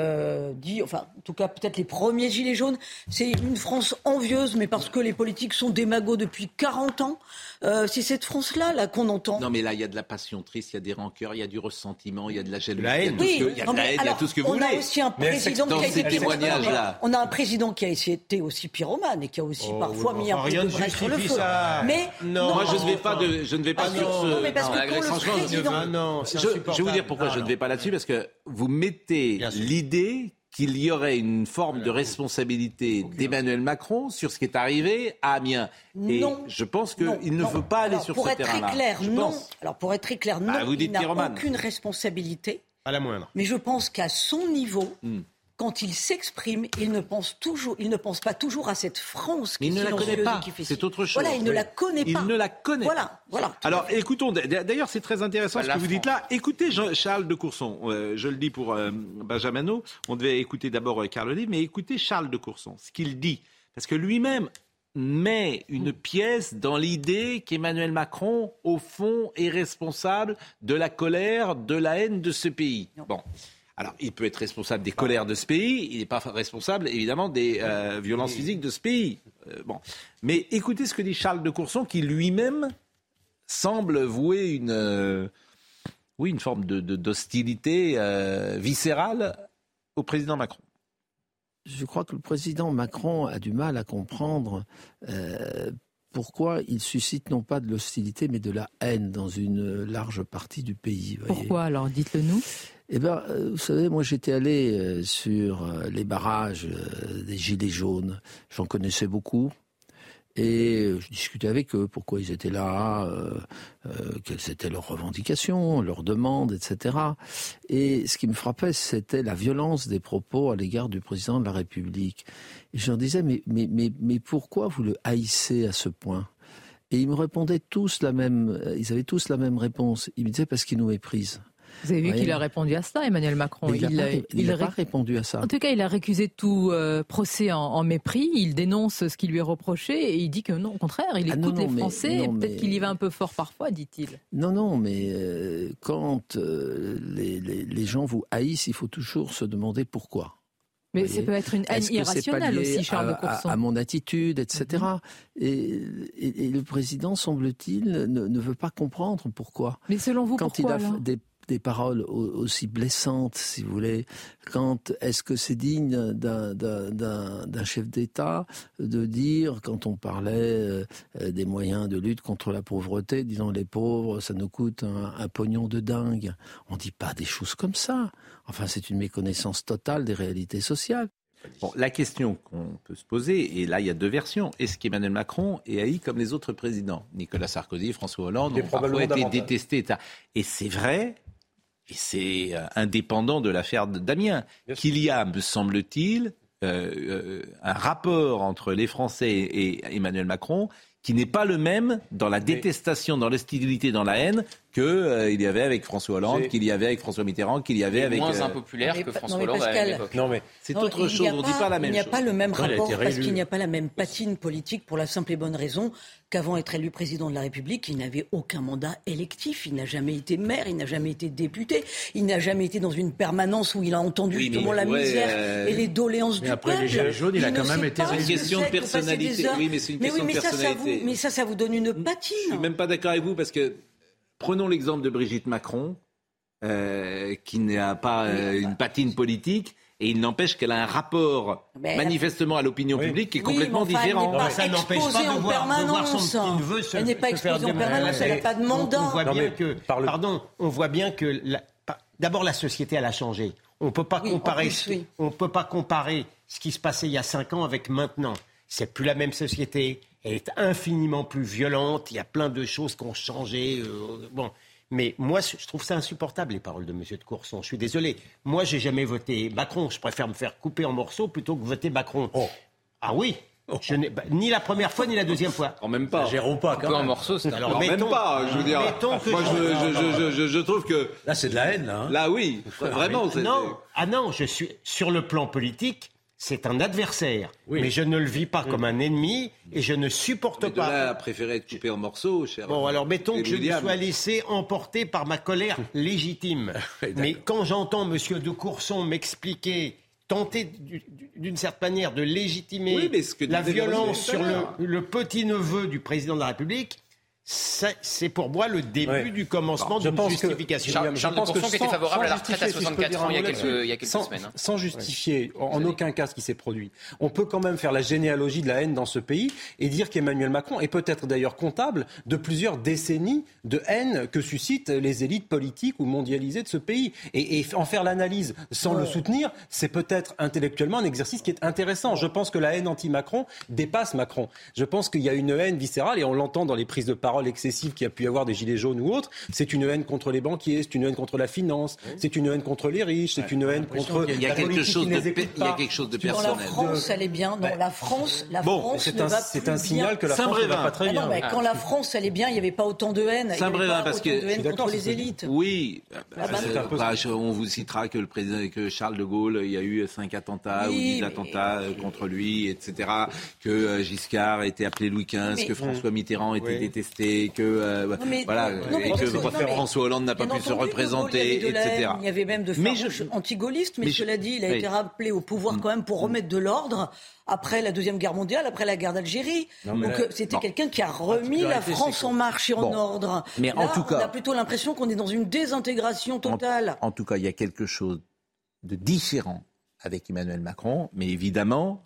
S10: en tout cas peut-être les premiers gilets jaunes, c'est une France envieuse, mais parce que les politiques sont démagos depuis 40 ans. C'est cette France-là qu'on entend.
S3: Non, mais là, il y a de la passion triste, il y a des rancœurs, il y a du ressentiment, il y a de la jalousie.
S8: Il
S3: y a de la haine, il y a tout ce que vous voulez.
S10: On a aussi un président qui a été
S3: pyromane.
S10: On a un président qui a été aussi pyromane et qui a aussi parfois mis un peu de graisse sur le feu.
S8: Mais
S3: non, moi je ne vais pas sur ce.
S10: Non,
S3: je vais vous dire pourquoi je ne vais pas là-dessus, parce que vous mettez l'idée qu'il y aurait une forme de responsabilité d'Emmanuel Macron sur ce qui est arrivé à Amiens. Et je pense qu'il ne veut pas aller sur ce terrain-là.
S10: Alors pour être très clair, non, il n'a aucune responsabilité.
S8: Pas la moindre.
S10: Mais je pense qu'à son niveau, quand il s'exprime, il ne pense pas toujours à cette France qui
S3: il ne la connaît pas. C'est autre chose.
S10: Voilà, il ne la connaît pas.
S3: Il ne la connaît pas.
S10: Voilà.
S3: Alors, écoutons. D'ailleurs, c'est très intéressant ce que vous dites là. Écoutez Charles de Courson. Je le dis pour Benjamin. On devait écouter d'abord Carl Olive, mais écoutez Charles de Courson, ce qu'il dit, parce que lui-même met une pièce dans l'idée qu'Emmanuel Macron, au fond, est responsable de la colère, de la haine de ce pays. Bon. Alors, il peut être responsable des colères de ce pays, il n'est pas responsable, évidemment, des violences physiques de ce pays. Mais écoutez ce que dit Charles de Courson, qui lui-même semble vouer une forme d'hostilité viscérale au président Macron.
S17: Je crois que le président Macron a du mal à comprendre pourquoi il suscite non pas de l'hostilité, mais de la haine dans une large partie du pays.
S18: Pourquoi alors? Dites-le nous.
S17: Eh bien, vous savez, moi j'étais allé sur les barrages des Gilets jaunes. J'en connaissais beaucoup. Et je discutais avec eux, pourquoi ils étaient là, quelles étaient leurs revendications, leurs demandes, etc. Et ce qui me frappait, c'était la violence des propos à l'égard du président de la République. Et je leur disais, mais pourquoi vous le haïssez à ce point? Et ils me répondaient tous ils avaient tous la même réponse. Ils me disaient, parce qu'ils nous méprisent.
S18: Vous avez vu qu'il a répondu à ça, Emmanuel Macron.
S17: Il n'a pas répondu à ça.
S18: En tout cas, il a récusé tout procès en mépris. Il dénonce ce qui lui est reproché et il dit que non, au contraire, il écoute les Français. Peut-être qu'il y va un peu fort parfois, dit-il.
S17: Non, mais quand les gens vous haïssent, il faut toujours se demander pourquoi.
S18: Mais ça peut être une haine irrationnelle aussi, Charles de Courson.
S17: À mon attitude, etc. Et le président, semble-t-il, ne veut pas comprendre pourquoi.
S18: Mais selon vous, pourquoi
S17: il a des paroles aussi blessantes, si vous voulez. Est-ce que c'est digne d'un chef d'État de dire, quand on parlait des moyens de lutte contre la pauvreté, disons les pauvres, ça nous coûte un pognon de dingue. On ne dit pas des choses comme ça. Enfin, c'est une méconnaissance totale des réalités sociales.
S3: Bon, la question qu'on peut se poser, et là il y a deux versions, est-ce qu'Emmanuel Macron est haï comme les autres présidents? Nicolas Sarkozy, François Hollande ont parfois été détestés. Et c'est vrai, et c'est indépendant de l'affaire d'Amiens, qu'il y a, me semble-t-il, un rapport entre les Français et Emmanuel Macron qui n'est pas le même dans la détestation, dans l'hostilité, dans la haine, qu'il y avait avec François Hollande, qu'il y avait avec François Mitterrand, qu'il y avait avec...
S12: moins impopulaire que François Hollande à l'époque.
S3: Non, mais c'est autre chose, on ne dit pas la même chose.
S10: Il n'y a pas le même rapport parce qu'il n'y a pas la même patine politique pour la simple et bonne raison qu'avant être élu président de la République, il n'avait aucun mandat électif. Il n'a jamais été maire, il n'a jamais été député, il n'a jamais été dans une permanence où il a entendu justement la misère et les doléances du peuple.
S7: Après les Gilets jaunes, il a quand même été...
S3: C'est une question de personnalité. Oui, mais c'est une question de personnalité.
S10: Mais ça vous donne une patine.
S3: Je ne suis même pas d'accord avec vous parce que prenons l'exemple de Brigitte Macron, qui n'a pas une patine politique. Et il n'empêche qu'elle a un rapport manifestement à l'opinion publique qui est complètement différent.
S10: Ça n'empêche pas de voir son petit neveu se faire... Elle n'est pas exposée en permanence, elle n'a pas de mandat.
S8: On voit bien que d'abord la société elle a changé. On ne peut pas comparer ce qui se passait il y a 5 ans avec maintenant. C'est plus la même société. Elle est infiniment plus violente. Il y a plein de choses qui ont changé. Mais moi, je trouve ça insupportable, les paroles de M. de Courson. Je suis désolé. Moi, j'ai jamais voté Macron. Je préfère me faire couper en morceaux plutôt que voter Macron. Ah oui. Je n'ai ni la première fois ni la deuxième fois.
S3: En même pas.
S7: Gérons pas quand même.
S12: En morceaux, c'est
S3: alors même pas. Je veux dire. Moi, je trouve que
S7: là, c'est de la haine. Là,
S3: là oui. Vraiment.
S8: Non. Je suis sur le plan politique. C'est un adversaire, mais je ne le vis pas comme un ennemi et je ne supporte pas.
S3: Là, préféré être coupé en morceaux, cher.
S8: Bon, alors mettons que je me sois laissé emporter par ma colère légitime. Mais quand j'entends M. de Courson m'expliquer, tenter d'une certaine manière de légitimer la violence sur le petit-neveu du président de la République, c'est pour moi le début du commencement d'une justification.
S12: Je pense que était favorable à la retraite à 64 ans il y a quelques semaines.
S9: Sans justifier en aucun cas ce qui s'est produit, on peut quand même faire la généalogie de la haine dans ce pays et dire qu'Emmanuel Macron est peut-être d'ailleurs comptable de plusieurs décennies de haine que suscitent les élites politiques ou mondialisées de ce pays. Et en faire l'analyse sans le soutenir, c'est peut-être intellectuellement un exercice qui est intéressant. Je pense que la haine anti-Macron dépasse Macron. Je pense qu'il y a une haine viscérale et on l'entend dans les prises de parole excessive qu'il y a pu y avoir des gilets jaunes ou autres, c'est une haine contre les banquiers, c'est une haine contre la finance, c'est une haine contre les riches, c'est une haine contre
S3: il y a quelque chose de personnel.
S10: Dans la France, elle est bien. Dans la France,
S9: c'est un signal que la France ne va pas très bien.
S10: Quand la France allait bien, il n'y avait pas autant de haine.
S3: Saint-Brévin, parce que
S10: de haine contre les élites.
S3: Oui, on vous citera que Charles de Gaulle, il y a eu 5 attentats ou 10 attentats contre lui, etc. Que Giscard était appelé Louis XV, que François Mitterrand était détesté. Que François Hollande n'a pas pu se représenter, etc.
S10: Il y avait même de farouches anti-gaullistes, mais cela dit, il a été rappelé au pouvoir quand même pour remettre de l'ordre après la Deuxième Guerre mondiale, après la guerre d'Algérie. Donc c'était quelqu'un qui a remis la France en marche et en ordre.
S3: Mais
S10: là,
S3: en tout cas,
S10: on a plutôt l'impression qu'on est dans une désintégration totale.
S3: En tout cas, il y a quelque chose de différent avec Emmanuel Macron, mais évidemment,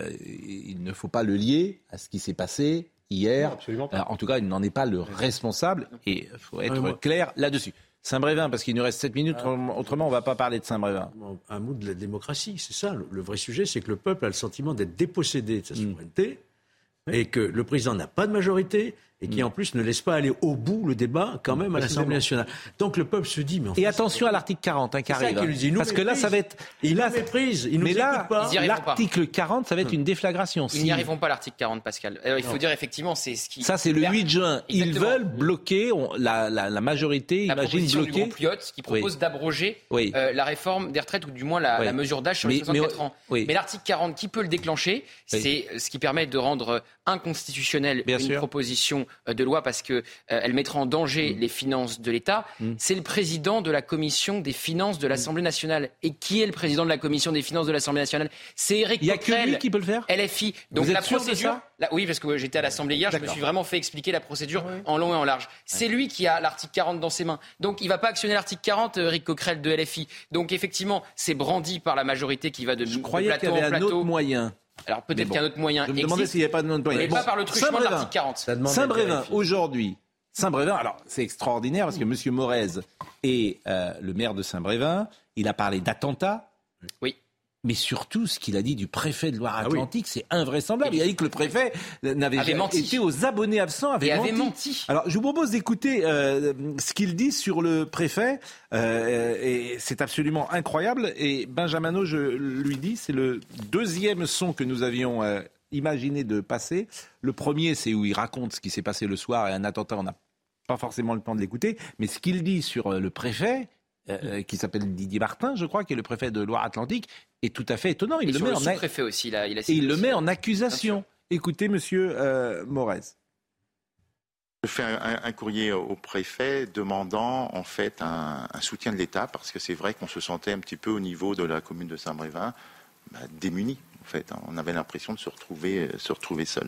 S3: il ne faut pas le lier à ce qui s'est passé hier. Non, absolument pas. En tout cas, il n'en est pas le responsable et il faut être clair là-dessus. Saint-Brévin, parce qu'il nous reste 7 minutes, autrement on ne va pas parler de Saint-Brévin.
S7: Un mot de la démocratie, c'est ça. Le vrai sujet, c'est que le peuple a le sentiment d'être dépossédé de sa souveraineté et que le président n'a pas de majorité et qui en plus ne laisse pas aller au bout le débat quand même à l'Assemblée nationale. Donc le peuple se dit... Mais
S3: et attention à l'article 40 qui arrive. Parce que là, ça va être...
S7: Il nous méprise, il nous écoute pas.
S3: L'article 40, ça va être une déflagration.
S12: Ils n'y arriveront pas, l'article 40, Pascal. Il faut dire effectivement, c'est ce qui...
S3: Ça, c'est le 8 juin. Ils veulent bloquer, la majorité imagine bloquer...
S12: du groupe Lyot, qui propose d'abroger la réforme des retraites, ou du moins la mesure d'âge sur les 64 ans. Mais l'article 40, qui peut le déclencher, c'est ce qui permet de rendre inconstitutionnelle une proposition de loi parce qu'elle mettra en danger les finances de l'État. C'est le président de la commission des finances de l'Assemblée nationale. Et qui est le président de la commission des finances de l'Assemblée nationale ? C'est Éric Coquerel.
S3: Il n'y a que lui qui peut le faire ?
S12: LFI. Donc la procédure... Oui, parce que j'étais à l'Assemblée hier, je me suis vraiment fait expliquer la procédure en long et en large. C'est lui qui a l'article 40 dans ses mains. Donc il ne va pas actionner l'article 40, Éric Coquerel de LFI. Donc effectivement, c'est brandi par la majorité qui va de plateau en plateau. Je croyais qu'il y avait
S3: un autre moyen.
S12: Alors peut-être qu'un autre moyen existe.
S3: Je me demandais s'il n'y avait pas d'autre moyen.
S12: Mais pas par le truchement de l'article 40.
S3: Saint-Brévin, aujourd'hui. Saint-Brévin, alors c'est extraordinaire parce que M. Morez est le maire de Saint-Brévin. Il a parlé d'attentats.
S12: Oui.
S3: Mais surtout, ce qu'il a dit du préfet de Loire-Atlantique, c'est invraisemblable. Il a dit que le préfet n'avait jamais été aux abonnés absents, avait menti. Alors, je vous propose d'écouter ce qu'il dit sur le préfet. Et c'est absolument incroyable. Et Benjamin, je lui dis, c'est le deuxième son que nous avions imaginé de passer. Le premier, c'est où il raconte ce qui s'est passé le soir et un attentat. On n'a pas forcément le temps de l'écouter, mais ce qu'il dit sur le préfet, qui s'appelle Didier Martin, je crois, qui est le préfet de Loire-Atlantique, est tout à fait étonnant.
S12: Il le met sous-préfet aussi,
S3: il le met en accusation. Écoutez, monsieur Morez.
S19: Je fais un courrier au préfet demandant en fait un soutien de l'État, parce que c'est vrai qu'on se sentait un petit peu au niveau de la commune de Saint-Brévin démunis. En fait, on avait l'impression de se retrouver seul.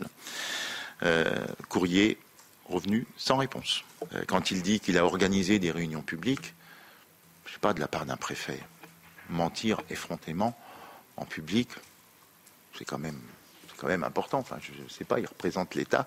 S19: Courrier revenu sans réponse. Quand il dit qu'il a organisé des réunions publiques, je ne sais pas, de la part d'un préfet, mentir effrontément en public, c'est quand même important. Enfin, je ne sais pas, il représente l'État.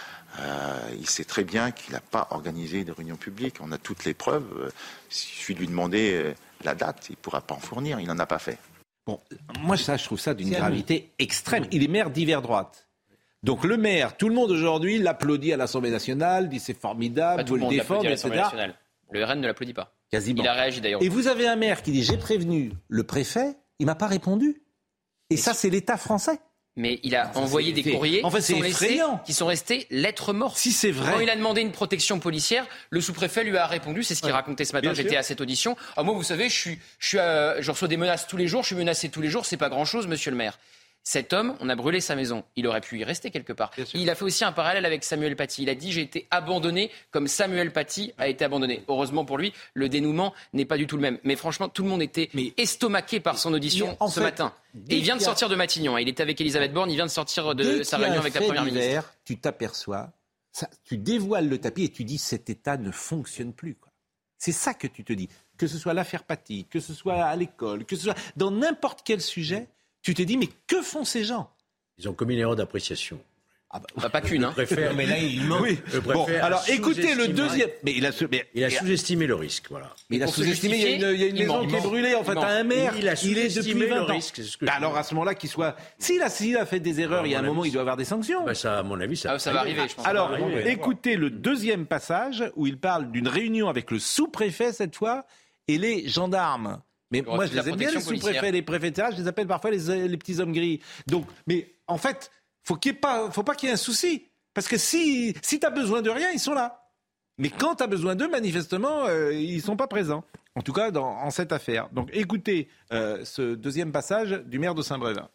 S19: Il sait très bien qu'il n'a pas organisé de réunion publique. On a toutes les preuves. Il suffit de lui demander la date, il ne pourra pas en fournir. Il n'en a pas fait.
S3: Bon, moi, je trouve ça d'une gravité extrême. Il est maire d'hiver droite. Donc le maire, tout le monde aujourd'hui l'applaudit à l'Assemblée nationale, dit c'est formidable, vous le défendez, etc.
S12: Le RN ne l'applaudit pas.
S3: Quasiment.
S12: Il a réagi d'ailleurs.
S3: Et vous avez un maire qui dit j'ai prévenu le préfet, il m'a pas répondu. Et ça, c'est l'État français.
S12: Mais il a envoyé des courriers qui sont restés lettres mortes.
S3: Si c'est vrai.
S12: Quand il a demandé une protection policière, le sous-préfet lui a répondu, c'est ce qu'il racontait ce matin, j'étais à cette audition. Ah, moi, vous savez, je reçois des menaces tous les jours, je suis menacé tous les jours, c'est pas grand-chose, monsieur le maire. Cet homme, on a brûlé sa maison. Il aurait pu y rester quelque part. Il a fait aussi un parallèle avec Samuel Paty. Il a dit « j'ai été abandonné comme Samuel Paty a été abandonné ». Heureusement pour lui, le dénouement n'est pas du tout le même. Mais franchement, tout le monde était estomaqué par son audition ce matin. Et il vient de sortir de Matignon. Il était avec Elisabeth Borne, il vient de sortir de sa réunion avec la Première ministre.
S3: Tu t'aperçois, tu dévoiles le tapis et tu dis « cet État ne fonctionne plus ». C'est ça que tu te dis. Que ce soit l'affaire Paty, que ce soit à l'école, que ce soit dans n'importe quel sujet... Tu te dis, mais que font ces gens ?
S7: Ils ont commis une erreur d'appréciation.
S12: Pas qu'une. Hein.
S3: Mais là, il manque. Oui. Bon, alors écoutez le deuxième. Mais il a
S7: sous-estimé le risque, voilà.
S3: Mais il a sous-estimé. Il y a une maison qui est brûlée. En fait, un maire. Il est depuis 20 ans.
S7: Risque,
S3: alors à ce moment-là, qu'il soit. S'il a fait des erreurs, il y a un moment, il doit avoir des sanctions.
S7: Ça, à mon avis, ça
S12: va arriver. Je pense.
S3: Alors, écoutez le deuxième passage où il parle d'une réunion avec le sous-préfet cette fois et les gendarmes. Mais moi, je les aime bien, les sous-préfets, les préfets, je les appelle parfois les petits hommes gris. Donc, mais en fait, faut pas qu'il y ait un souci. Parce que si tu as besoin de rien, ils sont là. Mais quand tu as besoin d'eux, manifestement, ils ne sont pas présents. En tout cas, en cette affaire. Donc, écoutez ce deuxième passage du maire de Saint-Brévin.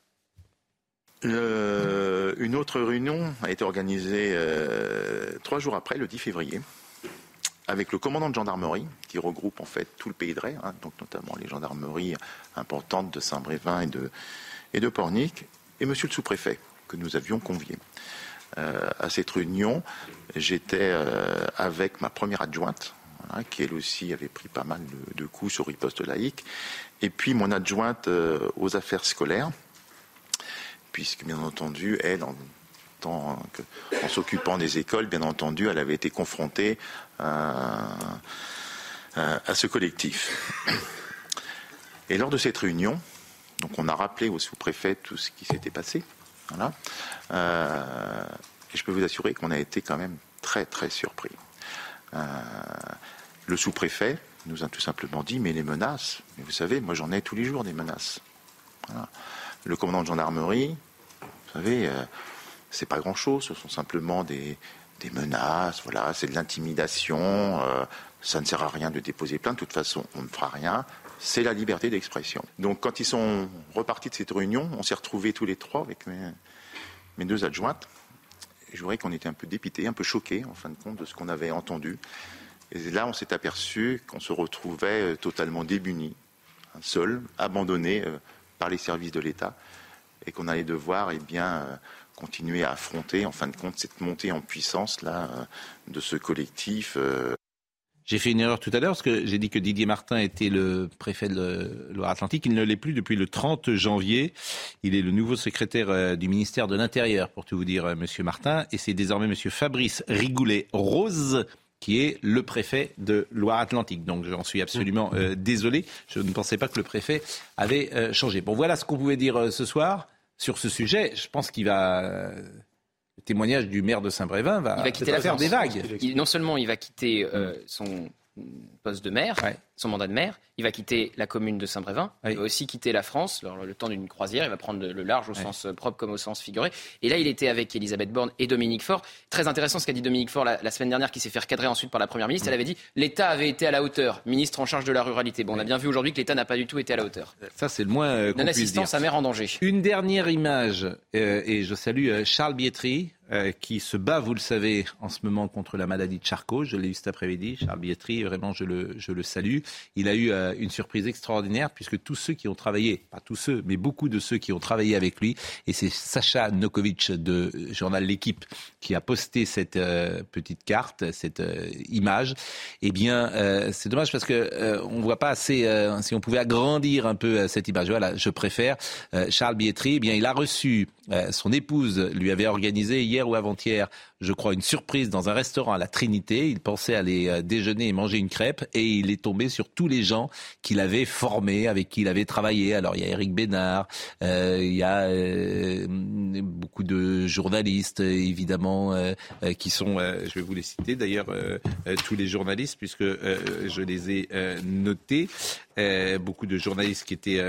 S19: Une autre réunion a été organisée 3 jours après, le 10 février. Avec le commandant de gendarmerie, qui regroupe en fait tout le pays de Ré, donc notamment les gendarmeries importantes de Saint-Brévin et de Pornic, et monsieur le sous-préfet, que nous avions convié. À cette réunion, j'étais avec ma première adjointe, qui elle aussi avait pris pas mal de coups sur riposte laïque, et puis mon adjointe aux affaires scolaires, puisque bien entendu, elle, en s'occupant des écoles, bien entendu, elle avait été confrontée à ce collectif. Et lors de cette réunion, donc on a rappelé au sous-préfet tout ce qui s'était passé. Voilà. Et je peux vous assurer qu'on a été quand même très très surpris. Le sous-préfet nous a tout simplement dit, mais les menaces, mais vous savez, moi j'en ai tous les jours des menaces. Voilà. Le commandant de gendarmerie, vous savez, c'est pas grand-chose, ce sont simplement des menaces, voilà, c'est de l'intimidation, ça ne sert à rien de déposer plainte, de toute façon on ne fera rien, c'est la liberté d'expression. Donc quand ils sont repartis de cette réunion, on s'est retrouvés tous les trois avec mes 2 adjointes, et je dirais qu'on était un peu dépités, un peu choqués en fin de compte de ce qu'on avait entendu. Et là on s'est aperçu qu'on se retrouvait totalement démunis, seuls, abandonnés par les services de l'État, et qu'on allait devoir continuer à affronter, en fin de compte, cette montée en puissance là de ce collectif.
S3: J'ai fait une erreur tout à l'heure parce que j'ai dit que Didier Martin était le préfet de Loire-Atlantique. Il ne l'est plus depuis le 30 janvier. Il est le nouveau secrétaire du ministère de l'Intérieur, pour tout vous dire, monsieur Martin. Et c'est désormais monsieur Fabrice Rigoulet-Rose qui est le préfet de Loire-Atlantique. Donc j'en suis absolument désolé. Je ne pensais pas que le préfet avait changé. Bon, voilà ce qu'on pouvait dire ce soir. Sur ce sujet, je pense qu'il va... Le témoignage du maire de Saint-Brévin va
S12: faire
S3: des vagues.
S12: Non seulement il va quitter son poste de maire, son mandat de maire. Il va quitter la commune de Saint-Brévin. Il va aussi quitter la France le temps d'une croisière. Il va prendre le large au sens propre comme au sens figuré. Et là, il était avec Elisabeth Borne et Dominique Faure. Très intéressant ce qu'a dit Dominique Faure la semaine dernière, qui s'est fait recadrer ensuite par la Première ministre. Elle avait dit l'État avait été à la hauteur, ministre en charge de la ruralité. Bon, on a bien vu aujourd'hui que l'État n'a pas du tout été à la hauteur.
S3: Ça, c'est le moins qu'on puisse dire.
S12: Non-assistance à maire en danger.
S3: Une dernière image, et je salue Charles Bietri, qui se bat, vous le savez, en ce moment contre la maladie de Charcot. Je l'ai eu cet après-midi. Charles Bietri, vraiment, je le salue. Il a eu une surprise extraordinaire, puisque tous ceux qui ont travaillé, pas tous ceux, mais beaucoup de ceux qui ont travaillé avec lui, et c'est Sacha Nokovic de journal L'Équipe qui a posté cette petite carte, cette image. Eh bien, c'est dommage parce que on voit pas assez. Si on pouvait agrandir un peu cette image, voilà, je préfère. Charles Bietri, eh bien, il a reçu son épouse, lui avait organisé hier ou avant-hier, je crois, une surprise dans un restaurant à la Trinité. Il pensait aller déjeuner et manger une crêpe et il est tombé sur tous les gens qu'il avait formés, avec qui il avait travaillé. Alors il y a Éric Bénard, il y a beaucoup de journalistes évidemment qui sont, je vais vous les citer d'ailleurs, tous les journalistes puisque je les ai notés. Beaucoup de journalistes qui étaient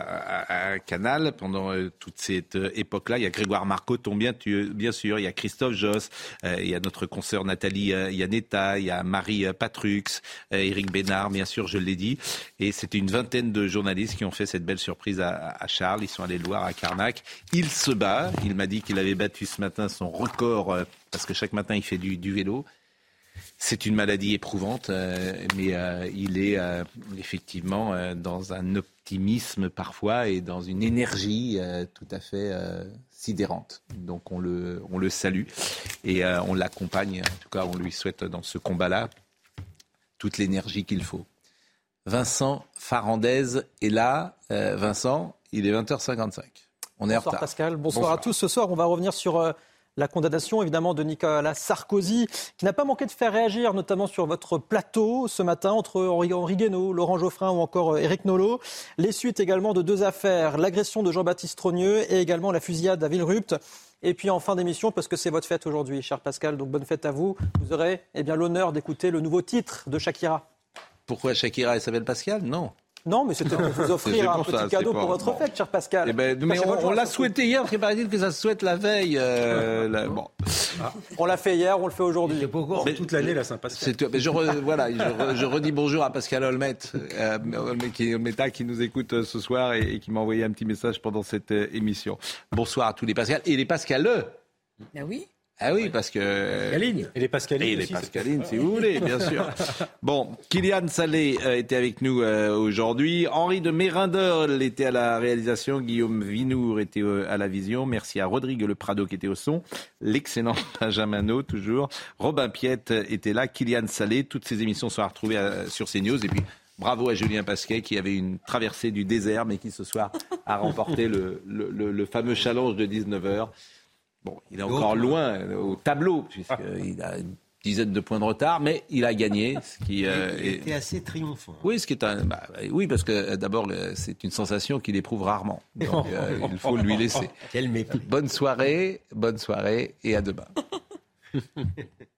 S3: à Canal pendant toute cette époque-là. Il y a Grégoire Marcoton, bien sûr, il y a Christophe Josse, il y a notre consoeur Nathalie Yanetta, il y a Marie Patrux, Éric Bénard, bien sûr, je l'ai dit. Et c'était une vingtaine de journalistes qui ont fait cette belle surprise à Charles. Ils sont allés le voir à Carnac. Il se bat. Il m'a dit qu'il avait battu ce matin son record, parce que chaque matin, il fait du vélo. C'est une maladie éprouvante, mais il est effectivement dans un optimisme parfois et dans une énergie tout à fait sidérante. Donc on le salue et on l'accompagne. En tout cas, on lui souhaite dans ce combat-là toute l'énergie qu'il faut. Vincent Farandez est là. Vincent, il est 20h55. On est en retard.
S20: Bonsoir Pascal, bonsoir à tous. Ce soir, on va revenir sur la condamnation évidemment de Nicolas Sarkozy, qui n'a pas manqué de faire réagir, notamment sur votre plateau ce matin, entre Henri Guénaud, Laurent Geoffrin ou encore Éric Nolot. Les suites également de deux affaires, l'agression de Jean-Baptiste Trogneux et également la fusillade à Villerupt. Et puis en fin d'émission, parce que c'est votre fête aujourd'hui, cher Pascal, donc bonne fête à vous, vous aurez l'honneur d'écouter le nouveau titre de Shakira.
S3: Pourquoi Shakira et s'appelle Pascal ? Non,
S20: mais c'était pour vous offrir un petit cadeau pour votre fête, cher Pascal.
S3: Mais on l'a souhaité hier, parce qu'il paraît-il que ça se souhaite la veille.
S20: On l'a fait hier, on le fait aujourd'hui.
S9: Toute l'année, la Saint-Pascal.
S3: Je redis bonjour à Pascal Olmeta qui nous écoute ce soir et qui m'a envoyé un petit message pendant cette émission. Bonsoir à tous les Pascal et les Pascaleux.
S10: Ben oui.
S3: Ah oui, parce que...
S9: Pascaline. Et les Pascalines.
S3: Et les Pascalines, si vous voulez, bien sûr. Bon, Kylian Salé était avec nous aujourd'hui. Henri de Mérindol était à la réalisation. Guillaume Vinour était à la vision. Merci à Rodrigue Le Prado qui était au son. L'excellent Benjamin No, toujours. Robin Piette était là. Kylian Salé. Toutes ces émissions sont à retrouver sur CNews. Et puis, bravo à Julien Pasquet qui avait une traversée du désert, mais qui ce soir a remporté le fameux challenge de 19h. Bon, il est encore loin au tableau, puisqu'il a une dizaine de points de retard, mais il a gagné. Ce qui
S8: était assez triomphant.
S3: Oui, oui, parce que d'abord, c'est une sensation qu'il éprouve rarement. Donc, il faut lui laisser.
S8: Quel mépris.
S3: Bonne soirée et à demain.